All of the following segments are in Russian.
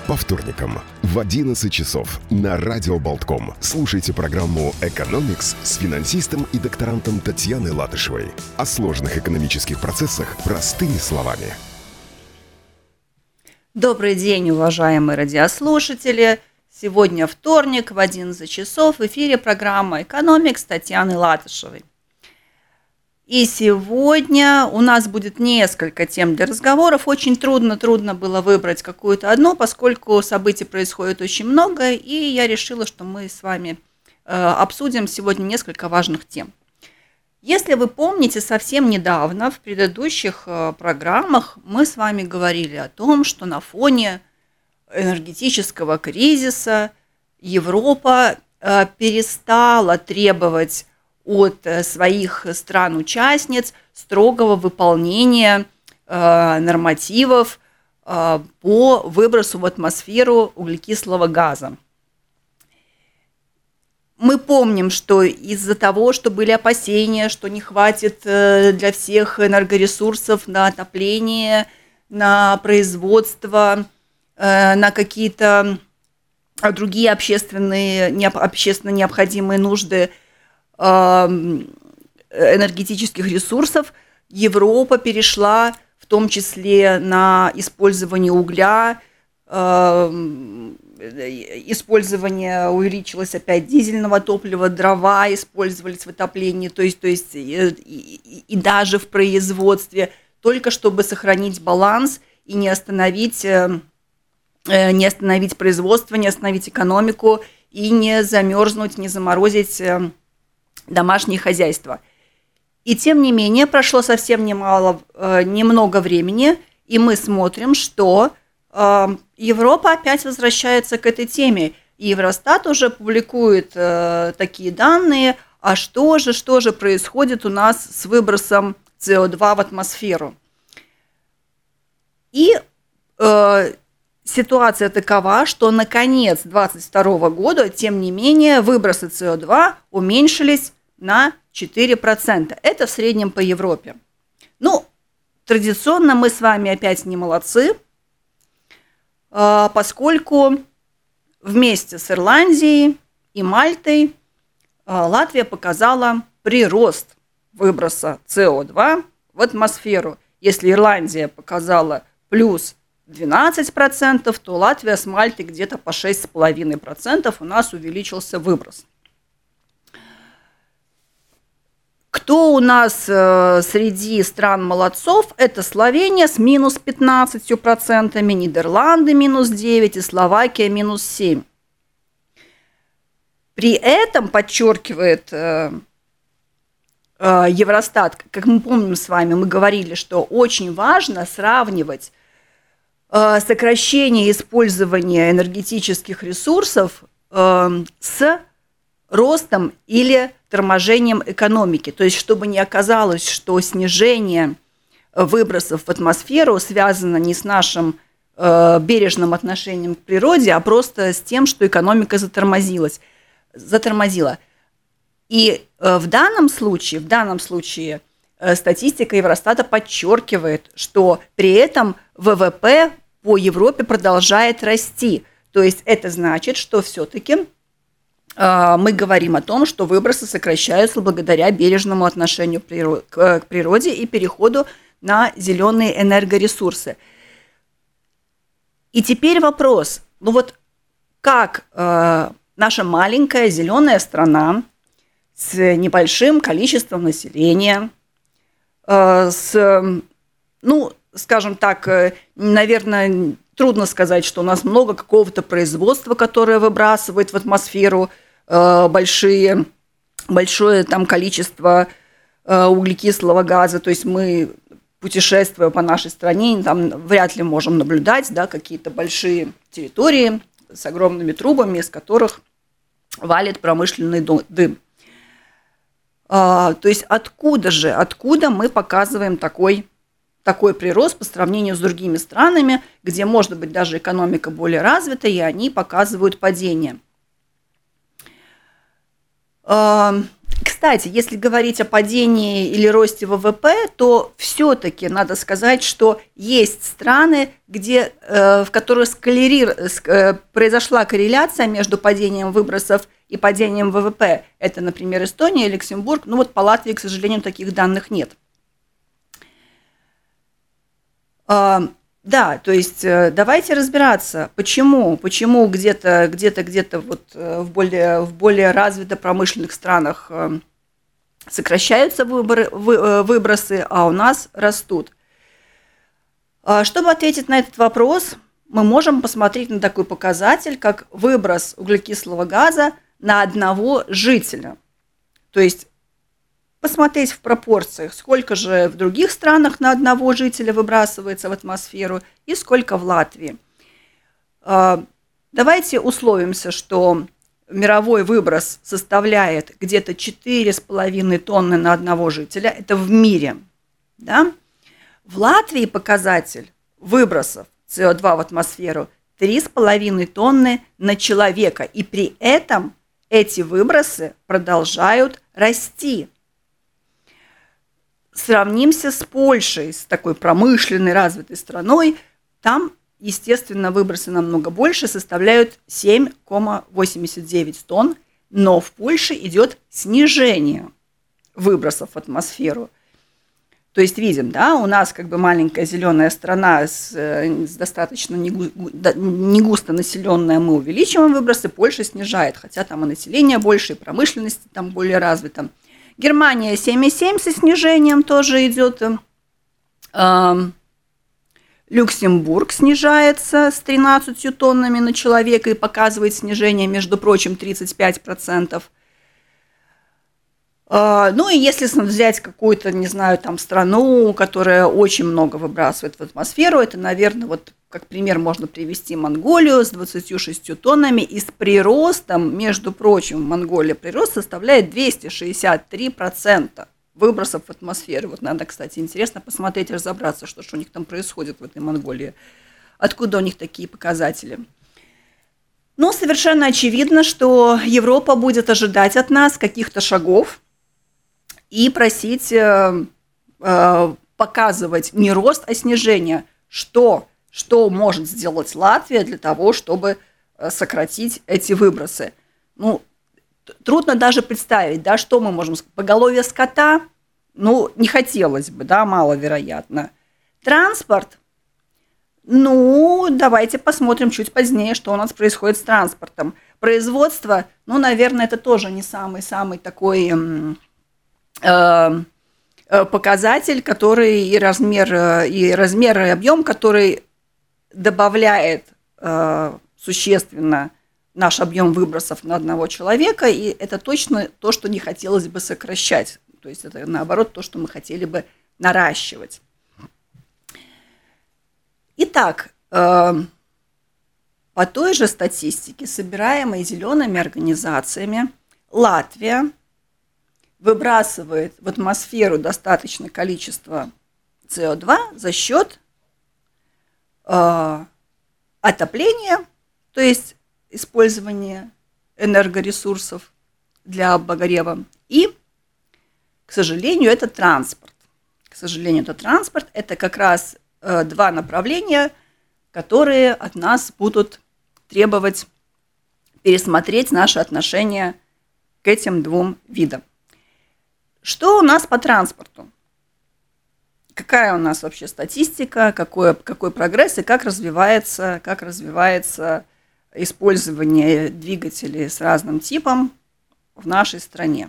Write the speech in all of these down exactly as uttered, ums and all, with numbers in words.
По вторникам в одиннадцать часов на Радио Болтком слушайте программу «Экономикс» с финансистом и докторантом Татьяной Латышевой. О сложных экономических процессах простыми словами. Добрый день, уважаемые радиослушатели. Сегодня вторник в одиннадцать часов в эфире программа «Экономикс» с Татьяной Латышевой. И сегодня у нас будет несколько тем для разговоров. Очень трудно-трудно было выбрать какую-то одну, поскольку событий происходит очень много, и я решила, что мы с вами э, обсудим сегодня несколько важных тем. Если вы помните, совсем недавно в предыдущих э, программах мы с вами говорили о том, что на фоне энергетического кризиса Европа э, перестала требовать от своих стран-участниц строгого выполнения э, нормативов э, по выбросу в атмосферу углекислого газа. Мы помним, что из-за того, что были опасения, что не хватит э, для всех энергоресурсов на отопление, на производство, э, на какие-то другие общественные, не, общественно необходимые нужды энергетических ресурсов, Европа перешла в том числе на использование угля, использование увеличилось опять дизельного топлива, дрова использовались в отоплении, то есть, то есть и, и, и даже в производстве, только чтобы сохранить баланс и не остановить, не остановить производство, не остановить экономику и не замерзнуть, не заморозить домашнее хозяйство. И тем не менее, прошло совсем немало, э, немного времени, и мы смотрим, что э, Европа опять возвращается к этой теме. И Евростат уже публикует э, такие данные, а что же, что же происходит у нас с выбросом си о два в атмосферу. И э, ситуация такова, что на конец две тысячи двадцать второго года, тем не менее, выбросы си о два уменьшились на четыре процента. Это в среднем по Европе. Ну, традиционно мы с вами опять не молодцы, поскольку вместе с Ирландией и Мальтой Латвия показала прирост выброса си о два в атмосферу. Если Ирландия показала плюс двенадцать процентов, то Латвия с Мальтой где-то по шесть целых пять десятых процента у нас увеличился выброс. Кто у нас э, среди стран-молодцов? Это Словения с минус пятнадцатью процентами, Нидерланды минус девять процентов и Словакия минус семь процентов. При этом, подчеркивает э, э, Евростат, как мы помним с вами, мы говорили, что очень важно сравнивать э, сокращение использования энергетических ресурсов э, с ростом или торможением экономики. То есть, чтобы не оказалось, что снижение выбросов в атмосферу связано не с нашим э, бережным отношением к природе, а просто с тем, что экономика затормозилась, затормозила. И э, в данном случае, в данном случае э, статистика Евростата подчеркивает, что при этом вэ вэ пэ по Европе продолжает расти. То есть, это значит, что все-таки мы говорим о том, что выбросы сокращаются благодаря бережному отношению к природе и переходу на зеленые энергоресурсы. И теперь вопрос, ну вот как э, наша маленькая зеленая страна с небольшим количеством населения, э, с, ну, скажем так, э, наверное, трудно сказать, что у нас много какого-то производства, которое выбрасывает в атмосферу большие, большое там количество углекислого газа, то есть мы, путешествуя по нашей стране, там вряд ли можем наблюдать, да, какие-то большие территории с огромными трубами, из которых валит промышленный дым. То есть откуда же, откуда мы показываем такой, такой прирост по сравнению с другими странами, где, может быть, даже экономика более развита, и они показывают падение. Кстати, если говорить о падении или росте ВВП, то все-таки надо сказать, что есть страны, где, э, в которых сколери... э, произошла корреляция между падением выбросов и падением ВВП. Это, например, Эстония, Люксембург. Ну вот по Латвии, к сожалению, таких данных нет. Э, да, то есть э, давайте разбираться, почему, почему где-то, где-то, где-то вот э, в более, в более развитых промышленных странах э, сокращаются выборы, вы, выбросы, а у нас растут. Чтобы ответить на этот вопрос, мы можем посмотреть на такой показатель, как выброс углекислого газа на одного жителя. То есть посмотреть в пропорциях, сколько же в других странах на одного жителя выбрасывается в атмосферу и сколько в Латвии. Давайте условимся, что мировой выброс составляет где-то четыре с половиной тонны на одного жителя. Это в мире. Да? В Латвии показатель выбросов С О два в атмосферу три с половиной тонны на человека. И при этом эти выбросы продолжают расти. Сравнимся с Польшей, с такой промышленной, развитой страной. Там, естественно, выбросы намного больше, составляют семь целых восемьдесят девять сотых тонн, но в Польше идет снижение выбросов в атмосферу. То есть видим, да, у нас как бы маленькая зеленая страна с, с достаточно негусто населенная, мы увеличиваем выбросы, Польша снижает, хотя там и население больше, и промышленность там более развита. Германия семь целых семь десятых со снижением тоже идет. Люксембург снижается с тринадцатью тоннами на человека и показывает снижение, между прочим, тридцать пять процентов. Ну и если взять какую-то, не знаю, там страну, которая очень много выбрасывает в атмосферу, это, наверное, вот как пример можно привести Монголию с двадцатью шестью тоннами и с приростом, между прочим, в Монголии прирост составляет двести шестьдесят три процента выбросов в атмосферу. Вот надо, кстати, интересно посмотреть, разобраться, что, что у них там происходит в этой Монголии, откуда у них такие показатели. Но совершенно очевидно, что Европа будет ожидать от нас каких-то шагов и просить э, э, показывать не рост, а снижение. Что, что может сделать Латвия для того, чтобы сократить эти выбросы? Ну, трудно даже представить, да, что мы можем сказать. Поголовье скота, ну, не хотелось бы, да, маловероятно. Транспорт, ну, давайте посмотрим чуть позднее, что у нас происходит с транспортом. Производство, ну, наверное, это тоже не самый-самый такой э, показатель, который и размер, и размер, и объем, который добавляет э, существенно наш объем выбросов на одного человека, и это точно то, что не хотелось бы сокращать. То есть это, наоборот, то, что мы хотели бы наращивать. Итак, э, по той же статистике, собираемой зелеными организациями, Латвия выбрасывает в атмосферу достаточное количество С О два за счет э, отопления, то есть использование энергоресурсов для обогрева. И, к сожалению, это транспорт. К сожалению, это транспорт. Это как раз э, два направления, которые от нас будут требовать пересмотреть наши отношения к этим двум видам. Что у нас по транспорту? Какая у нас вообще статистика, какой, какой прогресс и как развивается, как развивается использование двигателей с разным типом в нашей стране.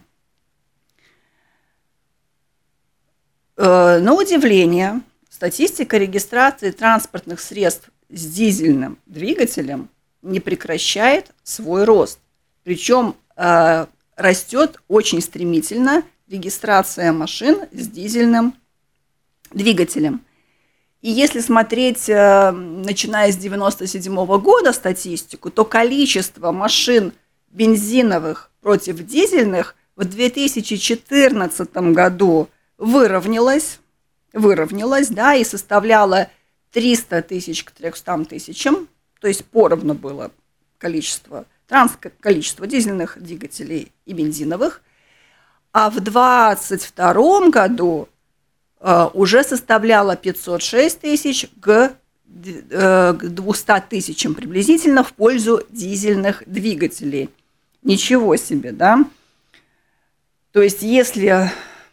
На удивление, статистика регистрации транспортных средств с дизельным двигателем не прекращает свой рост. Причем э, растет очень стремительно регистрация машин с дизельным двигателем. И если смотреть, э, начиная с девяносто седьмого года статистику, то количество машин бензиновых против дизельных в две тысячи четырнадцатом году выровнялось, выровнялось, да, и составляло триста тысяч к трёмстам тысячам, то есть поровну было количество, транс, количество дизельных двигателей и бензиновых. а в двадцать втором году э, уже составляла пятьсот шесть тысяч к, э, к двумстам тысячам приблизительно в пользу дизельных двигателей. Ничего себе, да? То есть если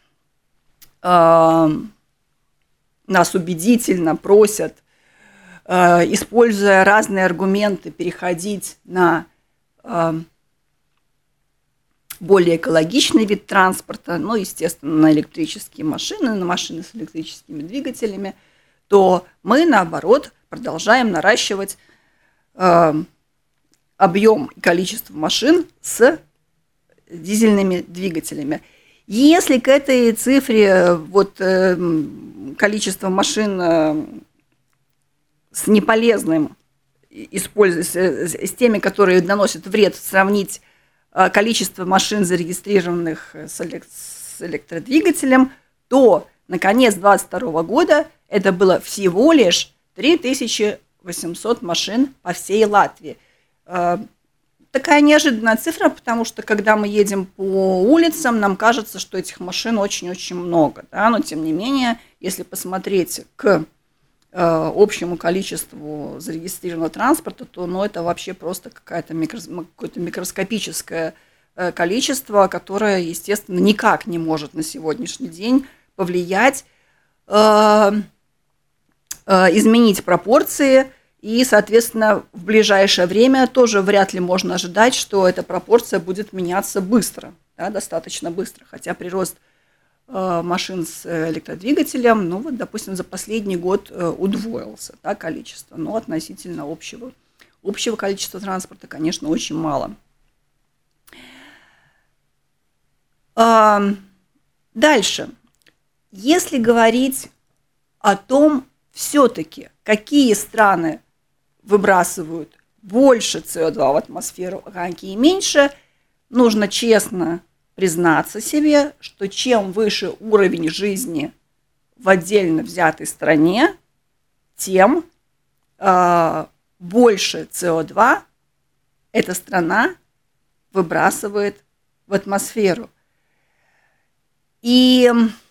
э, нас убедительно просят, э, используя разные аргументы, переходить на э, более экологичный вид транспорта, ну, естественно, на электрические машины, на машины с электрическими двигателями, то мы, наоборот, продолжаем наращивать э, объем и количество машин с дизельными двигателями. Если к этой цифре вот, э, количество машин э, с неполезным использованием, с, с теми, которые наносят вред, сравнить количество машин, зарегистрированных с электродвигателем, то на конец двадцать второго года это было всего лишь три тысячи восемьсот машин по всей Латвии. Такая неожиданная цифра, потому что когда мы едем по улицам, нам кажется, что этих машин очень-очень много. Да? Но тем не менее, если посмотреть к общему количеству зарегистрированного транспорта, то ну, это вообще просто какое-то, микро, какое-то микроскопическое количество, которое, естественно, никак не может на сегодняшний день повлиять, э, э, изменить пропорции, и, соответственно, в ближайшее время тоже вряд ли можно ожидать, что эта пропорция будет меняться быстро, да, достаточно быстро, хотя прирост машин с электродвигателем, ну вот, допустим, за последний год удвоился, да, количество, но относительно общего, общего количества транспорта, конечно, очень мало. Дальше. Если говорить о том, все-таки, какие страны выбрасывают больше си о два в атмосферу, а какие меньше, нужно честно признаться себе, что чем выше уровень жизни в отдельно взятой стране, тем э, больше си о два эта страна выбрасывает в атмосферу. И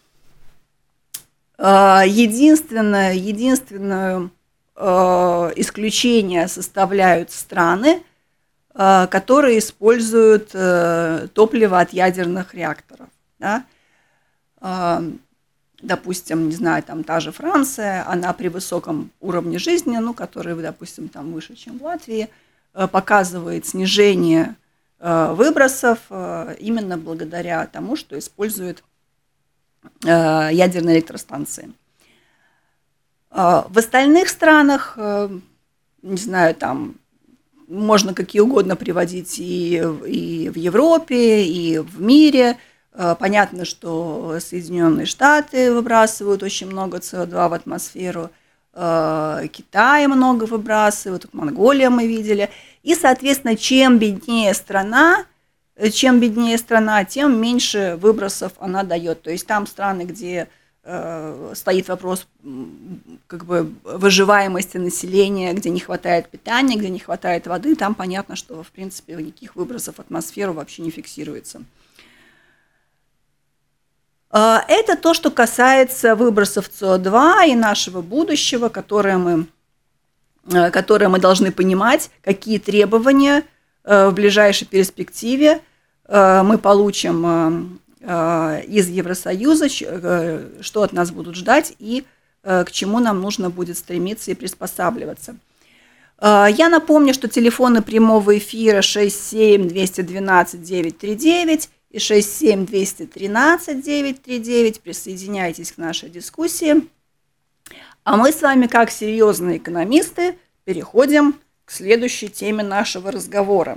э, единственное, единственное э, исключение составляют страны, которые используют э, топливо от ядерных реакторов. Да? Э, допустим, не знаю, там та же Франция, она при высоком уровне жизни, ну, который, допустим, там выше, чем в Латвии, э, показывает снижение э, выбросов э, именно благодаря тому, что использует э, ядерные электростанции. Э, в остальных странах, э, не знаю, там, можно какие угодно приводить и, и в Европе, и в мире. Понятно, что Соединенные Штаты выбрасывают очень много си о два в атмосферу, Китай много выбрасывает, Монголия мы видели. И, соответственно, чем беднее страна, чем беднее страна, тем меньше выбросов она дает. То есть там страны, где стоит вопрос как бы выживаемости населения, где не хватает питания, где не хватает воды, там понятно, что в принципе никаких выбросов в атмосферу вообще не фиксируется. Это то, что касается выбросов си о два и нашего будущего, которое мы, которое мы должны понимать, какие требования в ближайшей перспективе мы получим из Евросоюза, что от нас будут ждать и к чему нам нужно будет стремиться и приспосабливаться. Я напомню, что телефоны прямого эфира шесть семь двести двенадцать девятьсот тридцать девять и шесть семь двести тринадцать девятьсот тридцать девять. Присоединяйтесь к нашей дискуссии. А мы с вами, как серьезные экономисты, переходим к следующей теме нашего разговора.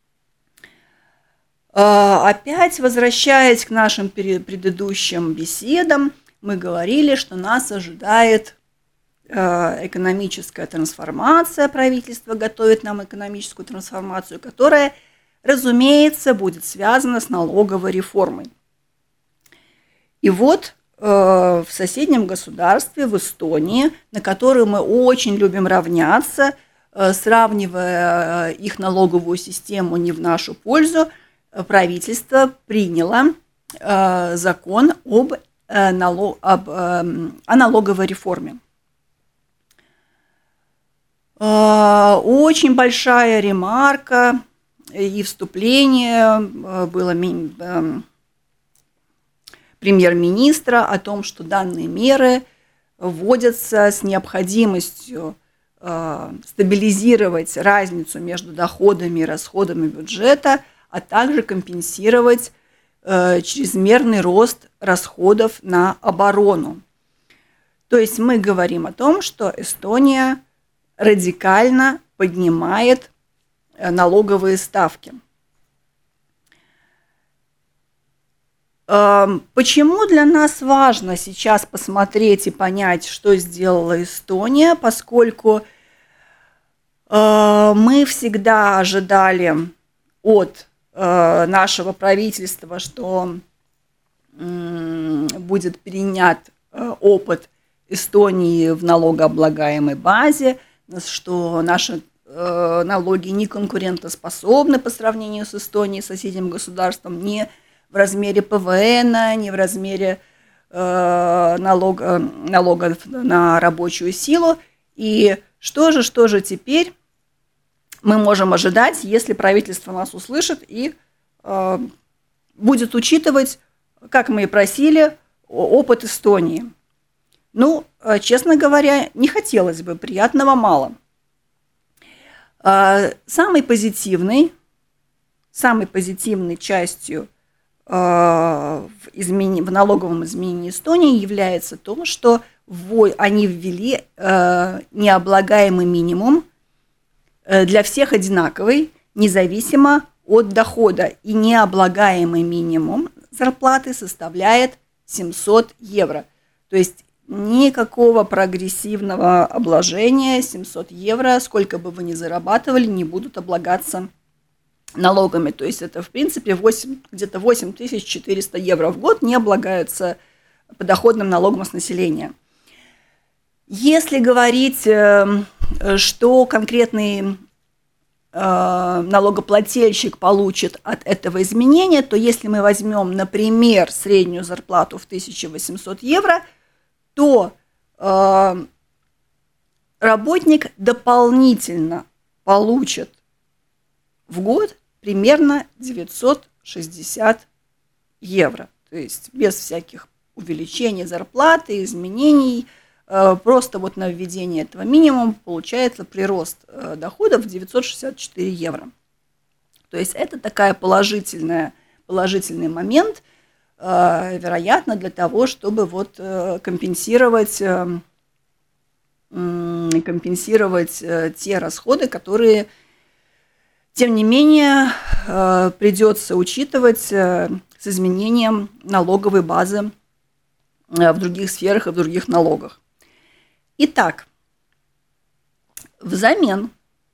Опять, возвращаясь к нашим предыдущим беседам, мы говорили, что нас ожидает экономическая трансформация, правительство готовит нам экономическую трансформацию, которая, разумеется, будет связана с налоговой реформой. И вот в соседнем государстве, в Эстонии, на которую мы очень любим равняться, сравнивая их налоговую систему не в нашу пользу, правительство приняло закон об, налог, об, о налоговой реформе. Очень большая ремарка и вступление было премьер-министра о том, что данные меры вводятся с необходимостью стабилизировать разницу между доходами и расходами бюджета, а также компенсировать чрезмерный рост расходов на оборону. То есть мы говорим о том, что Эстония радикально поднимает налоговые ставки. Почему для нас важно сейчас посмотреть и понять, что сделала Эстония, поскольку мы всегда ожидали от нашего правительства, что будет перенят опыт Эстонии в налогооблагаемой базе, что наши э, налоги не конкурентоспособны по сравнению с Эстонией, соседним государством, ни в размере Пэ Вэ Эна, ни в размере э, налога, налогов на рабочую силу. И что же, что же теперь мы можем ожидать, если правительство нас услышит и э, будет учитывать, как мы и просили, опыт Эстонии? Ну, честно говоря, не хотелось бы, приятного мало. Самой позитивной, самой позитивной частью в, измени... в налоговом изменении Эстонии является то, что они ввели необлагаемый минимум для всех одинаковый, независимо от дохода. И необлагаемый минимум зарплаты составляет семьсот евро. То есть никакого прогрессивного обложения, семьсот евро, сколько бы вы ни зарабатывали, не будут облагаться налогами. То есть это, в принципе, восемь, где-то восемь тысяч четыреста евро в год не облагаются подоходным налогом с населения. Если говорить, что конкретный налогоплательщик получит от этого изменения, то если мы возьмем, например, среднюю зарплату в тысяча восемьсот евро, то э, работник дополнительно получит в год примерно девятьсот шестьдесят евро. То есть без всяких увеличений зарплаты, изменений, э, просто вот на введение этого минимума получается прирост э, доходов в девятьсот шестьдесят четыре евро. То есть это такая положительная, положительный момент, вероятно, для того, чтобы вот компенсировать, компенсировать те расходы, которые, тем не менее, придется учитывать с изменением налоговой базы в других сферах и в других налогах. Итак, взамен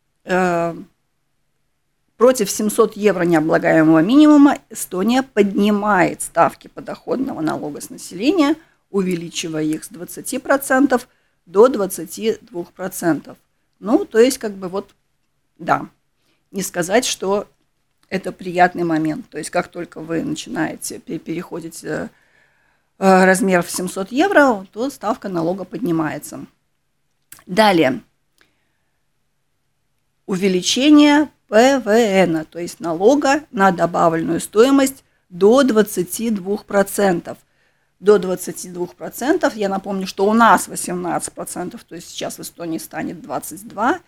против семьсот евро необлагаемого минимума Эстония поднимает ставки подоходного налога с населения, увеличивая их с двадцати процентов до двадцати двух процентов. Ну, то есть, как бы вот, да, не сказать, что это приятный момент. То есть, как только вы начинаете, переходите размер в семьсот евро, то ставка налога поднимается. Далее. Увеличение Пэ Вэ Эна, то есть налога на добавленную стоимость до двадцати двух процентов. До двадцати двух процентов, я напомню, что у нас восемнадцать процентов, то есть сейчас в Эстонии станет двадцать два процента.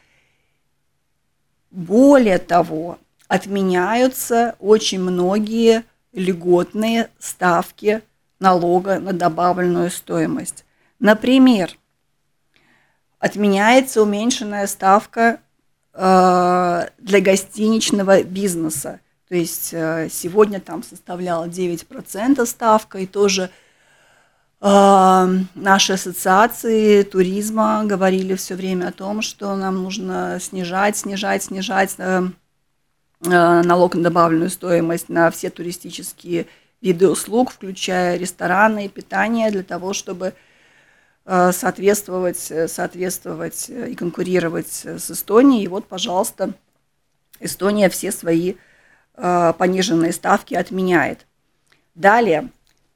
Более того, отменяются очень многие льготные ставки налога на добавленную стоимость. Например, отменяется уменьшенная ставка для гостиничного бизнеса. То есть сегодня там составляла девять процентов ставка, и тоже э, наши ассоциации туризма говорили все время о том, что нам нужно снижать, снижать, снижать э, налог на добавленную стоимость на все туристические виды услуг, включая рестораны и питание, для того, чтобы соответствовать, соответствовать и конкурировать с Эстонией. И вот, пожалуйста, Эстония все свои э, пониженные ставки отменяет. Далее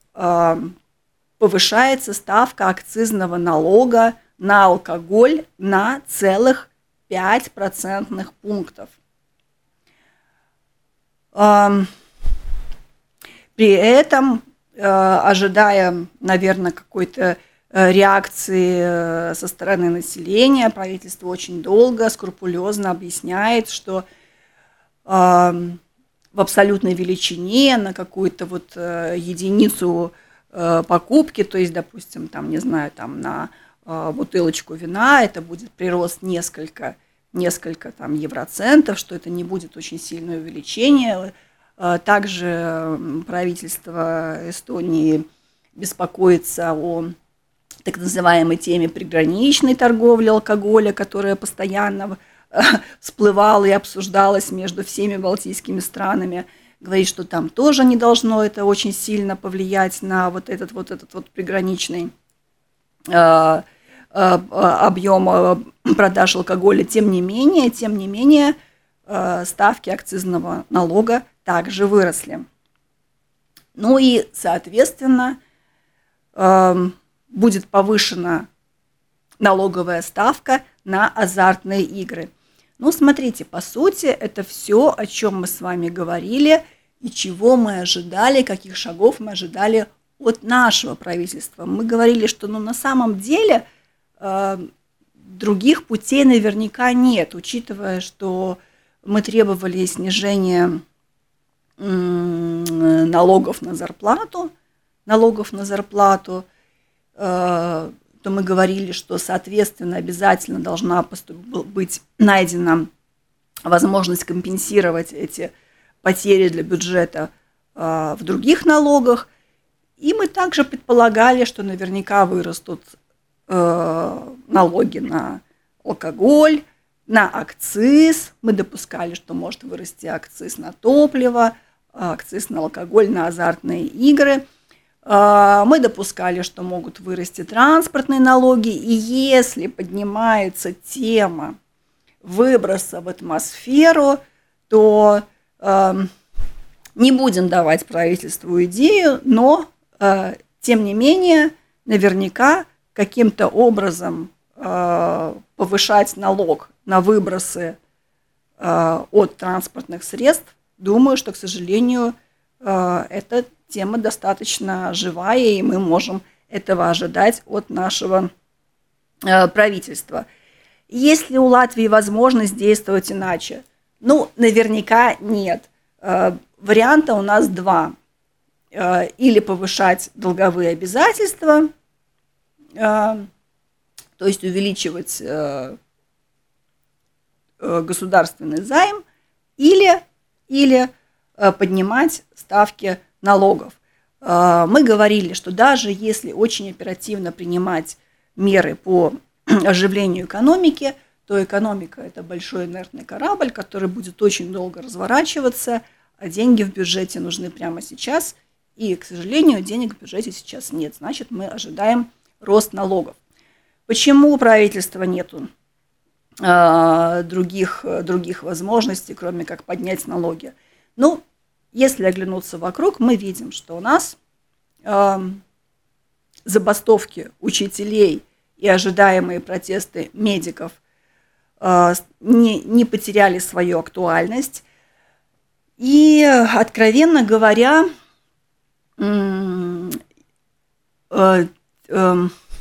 повышается ставка акцизного налога на алкоголь на целых пять процентных пунктов. При этом, ожидая, наверное, какой-то реакции со стороны населения, правительство очень долго, скрупулезно объясняет, что в абсолютной величине на какую-то вот единицу покупки, то есть, допустим, там, не знаю, там на бутылочку вина, это будет прирост несколько, несколько там евроцентов, что это не будет очень сильное увеличение. Также правительство Эстонии беспокоится о так называемой теме приграничной торговли алкоголя, которая постоянно всплывала и обсуждалась между всеми балтийскими странами. Говорит, что там тоже не должно это очень сильно повлиять на вот этот вот, этот вот приграничный э, э, объем продаж алкоголя. Тем не менее, тем не менее, э, ставки акцизного налога также выросли. Ну и, соответственно, э, будет повышена налоговая ставка на азартные игры. Ну, смотрите, по сути, это все, о чем мы с вами говорили, и чего мы ожидали, каких шагов мы ожидали от нашего правительства. Мы говорили, что ну, на самом деле э, других путей наверняка нет, учитывая, что мы требовали снижения э, налогов на зарплату, налогов на зарплату, э, то мы говорили, что, соответственно, обязательно должна быть найдена возможность компенсировать эти потери для бюджета э, в других налогах. И мы также предполагали, что наверняка вырастут э, налоги на алкоголь, на акциз. Мы допускали, что может вырасти акциз на топливо, акциз на алкоголь, на азартные игры. Мы допускали, что могут вырасти транспортные налоги, и если поднимается тема выброса в атмосферу, то э, не будем давать правительству идею, но, э, тем не менее, наверняка каким-то образом э, повышать налог на выбросы э, от транспортных средств, думаю, что, к сожалению, э, это тема достаточно живая, и мы можем этого ожидать от нашего э, правительства. Есть ли у Латвии возможность действовать иначе? Ну, наверняка нет. Э, варианта у нас два. Э, или повышать долговые обязательства, э, то есть увеличивать э, э, государственный займ, или, или э, поднимать ставки налогов. Мы говорили, что даже если очень оперативно принимать меры по оживлению экономики, то экономика – это большой инертный корабль, который будет очень долго разворачиваться, а деньги в бюджете нужны прямо сейчас, и, к сожалению, денег в бюджете сейчас нет. Значит, мы ожидаем рост налогов. Почему у правительства нету э, других, других возможностей, кроме как поднять налоги? Ну, если оглянуться вокруг, мы видим, что у нас э, забастовки учителей и ожидаемые протесты медиков э, не, не потеряли свою актуальность. И, откровенно говоря, э, э, э,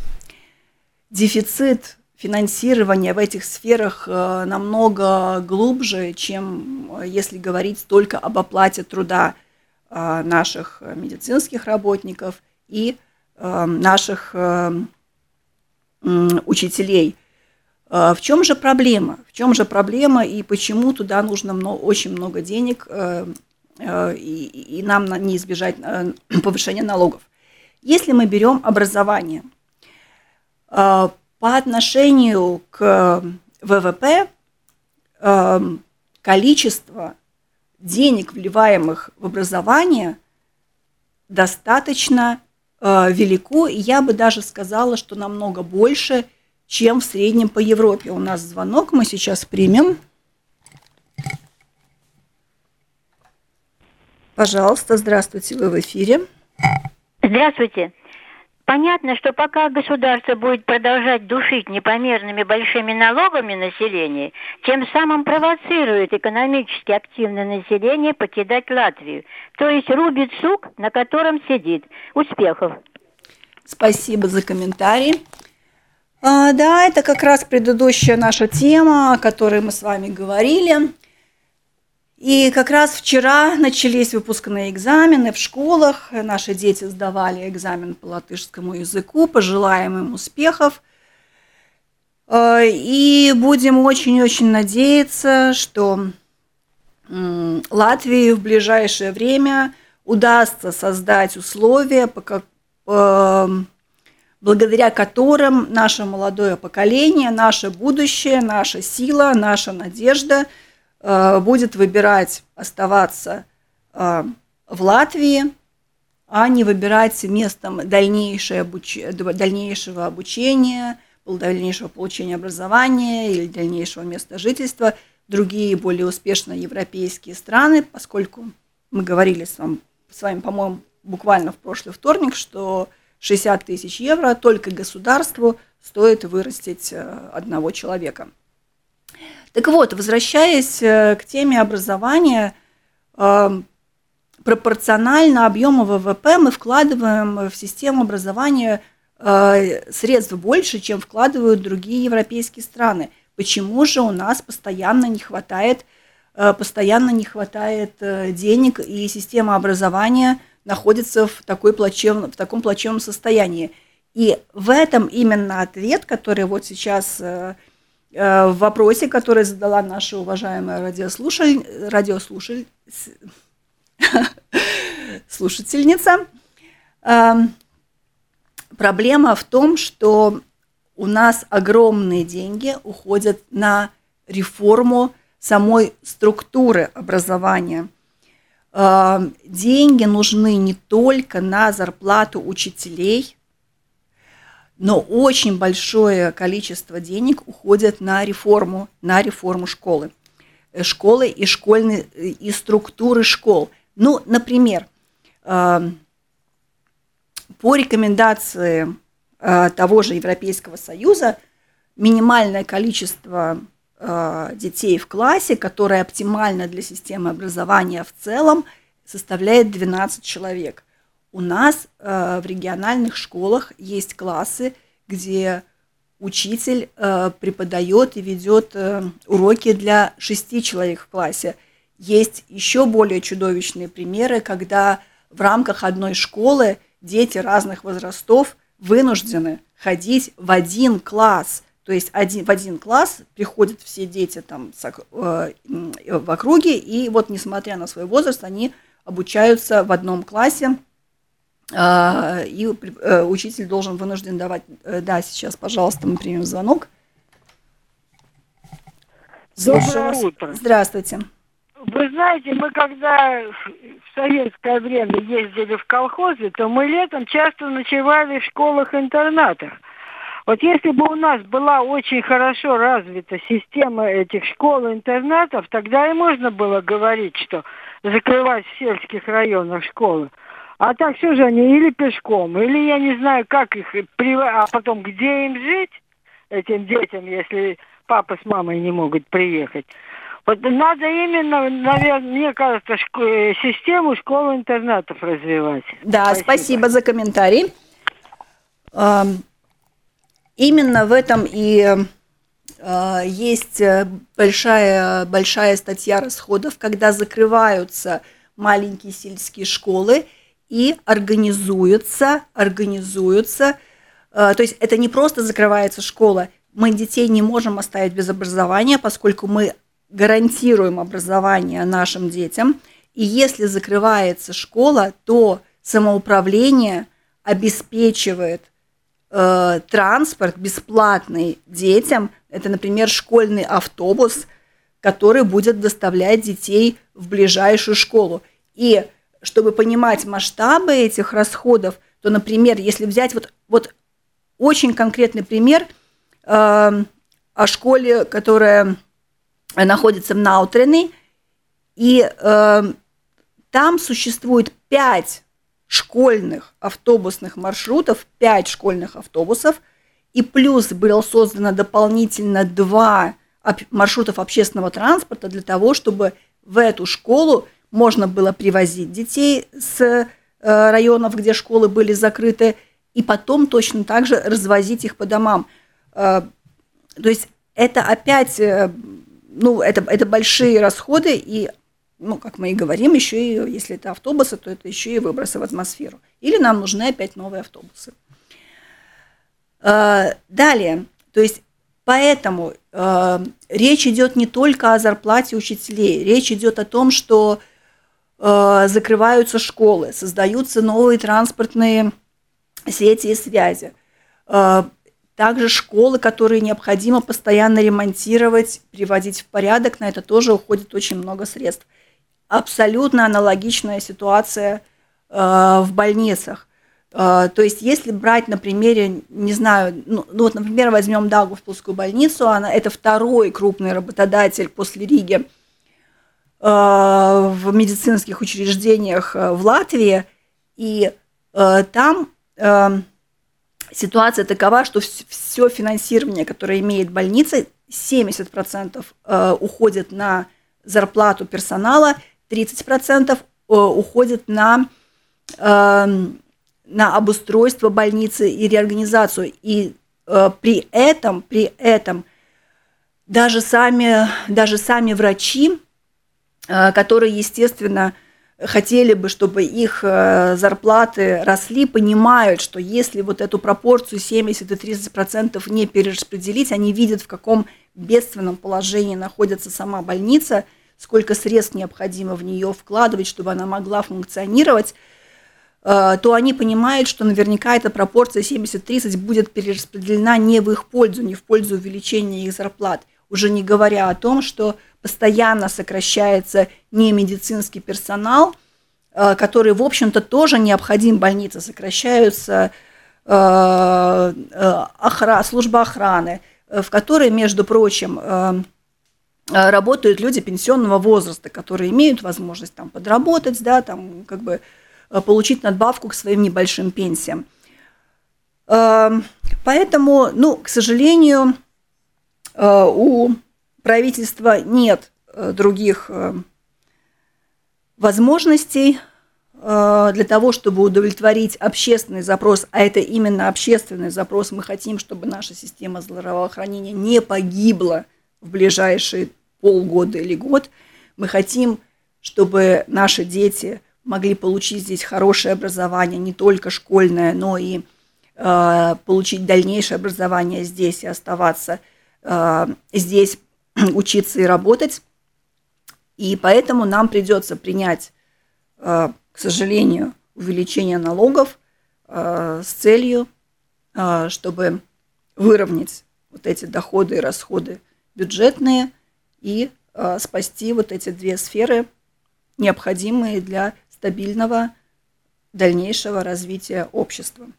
дефицит финансирования в этих сферах э, намного глубже, чем если говорить только об оплате труда э, наших медицинских работников и э, наших э, э, учителей. Э, в чем же проблема? В чем же проблема и почему туда нужно много, очень много денег э, э, и, и нам не избежать э, повышения налогов? Если мы берем образование, э, по отношению к ВВП э, количество денег, вливаемых в образование, достаточно э, велико, и я бы даже сказала, что намного больше, чем в среднем по Европе. У нас звонок, мы сейчас примем. Пожалуйста, здравствуйте, вы в эфире. Здравствуйте. Понятно, что пока государство будет продолжать душить непомерными большими налогами население, тем самым провоцирует экономически активное население покидать Латвию. То есть рубит сук, на котором сидит. Успехов! Спасибо за комментарий. А, да, это как раз предыдущая наша тема, о которой мы с вами говорили. И как раз вчера начались выпускные экзамены в школах. Наши дети сдавали экзамен по латышскому языку. Пожелаем им успехов. И будем очень-очень надеяться, что Латвии в ближайшее время удастся создать условия, благодаря которым наше молодое поколение, наше будущее, наша сила, наша надежда – будет выбирать оставаться в Латвии, а не выбирать местом дальнейшее обуч... дальнейшего обучения, дальнейшего получения образования или дальнейшего места жительства другие более успешные европейские страны, поскольку мы говорили с вами, с вами, по-моему, буквально в прошлый вторник, что шестьдесят тысяч евро только государству стоит вырастить одного человека. Так вот, возвращаясь к теме образования, пропорционально объему ВВП мы вкладываем в систему образования средств больше, чем вкладывают другие европейские страны. Почему же у нас постоянно не хватает, постоянно не хватает денег, и система образования находится в, такой плачевном, в таком плачевном состоянии? И в этом именно ответ, который вот сейчас... В вопросе, который задала наша уважаемая радиослушатель, радиослушатель, слушательница, проблема в том, что у нас огромные деньги уходят на реформу самой структуры образования. Деньги нужны не только на зарплату учителей, но очень большое количество денег уходит на реформу, на реформу школы. Школы и школьные, и структуры школ. Ну, например, по рекомендации того же Европейского Союза, минимальное количество детей в классе, которое оптимально для системы образования в целом, составляет двенадцать человек. У нас э, в региональных школах есть классы, где учитель э, преподает и ведет э, уроки для шести человек в классе. Есть еще более чудовищные примеры, когда в рамках одной школы дети разных возрастов вынуждены ходить в один класс. То есть один, в один класс приходят все дети там, с, э, в округе, и вот несмотря на свой возраст, они обучаются в одном классе. И учитель должен вынужден давать... Да, сейчас, пожалуйста, мы примем звонок. Доброе утро. Здравствуйте. Вы знаете, мы когда в советское время ездили в колхозы, то мы летом часто ночевали в школах-интернатах. Вот если бы у нас была очень хорошо развита система этих школ-интернатов, тогда и можно было говорить, что закрывать в сельских районах школы. А так все же они или пешком, или я не знаю, как их, а потом где им жить, этим детям, если папа с мамой не могут приехать. Вот надо именно, наверное, мне кажется, шко- систему школ-интернатов развивать. Да, спасибо, спасибо за комментарий. Именно в этом и есть большая, большая статья расходов, когда закрываются маленькие сельские школы, и организуются, организуются, э, то есть это не просто закрывается школа, мы детей не можем оставить без образования, поскольку мы гарантируем образование нашим детям, и если закрывается школа, то самоуправление обеспечивает э, транспорт бесплатный детям, это, например, школьный автобус, который будет доставлять детей в ближайшую школу. И чтобы понимать масштабы этих расходов, то, например, если взять вот, вот очень конкретный пример э, о школе, которая находится в Наутрене, и э, там существует пять школьных автобусных маршрутов, пять школьных автобусов, и плюс было создано дополнительно два маршрутов общественного транспорта для того, чтобы в эту школу можно было привозить детей с районов, где школы были закрыты, и потом точно так же развозить их по домам. То есть это опять, ну, это, это большие расходы, и, ну, как мы и говорим, еще и, если это автобусы, то это еще и выбросы в атмосферу. Или нам нужны опять новые автобусы. Далее, то есть поэтому э, речь идет не только о зарплате учителей, речь идет о том, что э, закрываются школы, создаются новые транспортные сети и связи. Э, также школы, которые необходимо постоянно ремонтировать, приводить в порядок, на это тоже уходит очень много средств. Абсолютно аналогичная ситуация э, в больницах. Uh, то есть, если брать на примере, не знаю, ну, ну вот, например, возьмем Даугавпилскую больницу, она, это второй крупный работодатель после Риги uh, в медицинских учреждениях uh, в Латвии, и uh, там uh, ситуация такова, что все финансирование, которое имеет больница, семьдесят процентов uh, уходит на зарплату персонала, тридцать процентов uh, уходит на... Uh, на обустройство больницы и реорганизацию. И э, при этом, при этом даже сами, даже сами врачи, э, которые, естественно, хотели бы, чтобы их э, зарплаты росли, понимают, что если вот эту пропорцию семьдесят и тридцать процентов не перераспределить, они видят, в каком бедственном положении находится сама больница, сколько средств необходимо в нее вкладывать, чтобы она могла функционировать, то они понимают, что наверняка эта пропорция семьдесят тридцать будет перераспределена не в их пользу, не в пользу увеличения их зарплат. Уже не говоря о том, что постоянно сокращается не медицинский персонал, который, в общем-то, тоже необходим больнице. Сокращаются охрана, служба охраны, в которой, между прочим, работают люди пенсионного возраста, которые имеют возможность там подработать, да, там как бы получить надбавку к своим небольшим пенсиям. Поэтому, ну, к сожалению, у правительства нет других возможностей для того, чтобы удовлетворить общественный запрос, а это именно общественный запрос. Мы хотим, чтобы наша система здравоохранения не погибла в ближайшие полгода или год. Мы хотим, чтобы наши дети могли получить здесь хорошее образование, не только школьное, но и э, получить дальнейшее образование здесь и оставаться э, здесь, учиться и работать. И поэтому нам придется принять, э, к сожалению, увеличение налогов э, с целью, э, чтобы выровнять вот эти доходы и расходы бюджетные и э, спасти вот эти две сферы, необходимые для стабильного дальнейшего развития общества.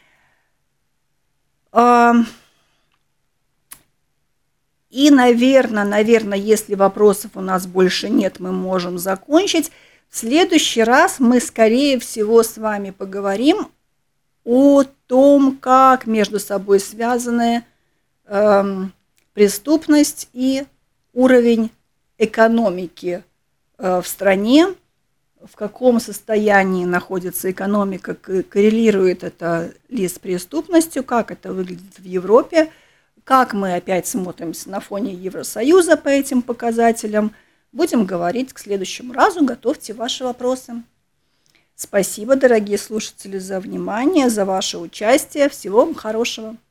И, наверное, наверное, если вопросов у нас больше нет, мы можем закончить. В следующий раз мы, скорее всего, с вами поговорим о том, как между собой связаны э, преступность и уровень экономики э, в стране, в каком состоянии находится экономика, коррелирует это ли с преступностью, как это выглядит в Европе, как мы опять смотримся на фоне Евросоюза по этим показателям. Будем говорить к следующему разу. Готовьте ваши вопросы. Спасибо, дорогие слушатели, за внимание, за ваше участие. Всего вам хорошего.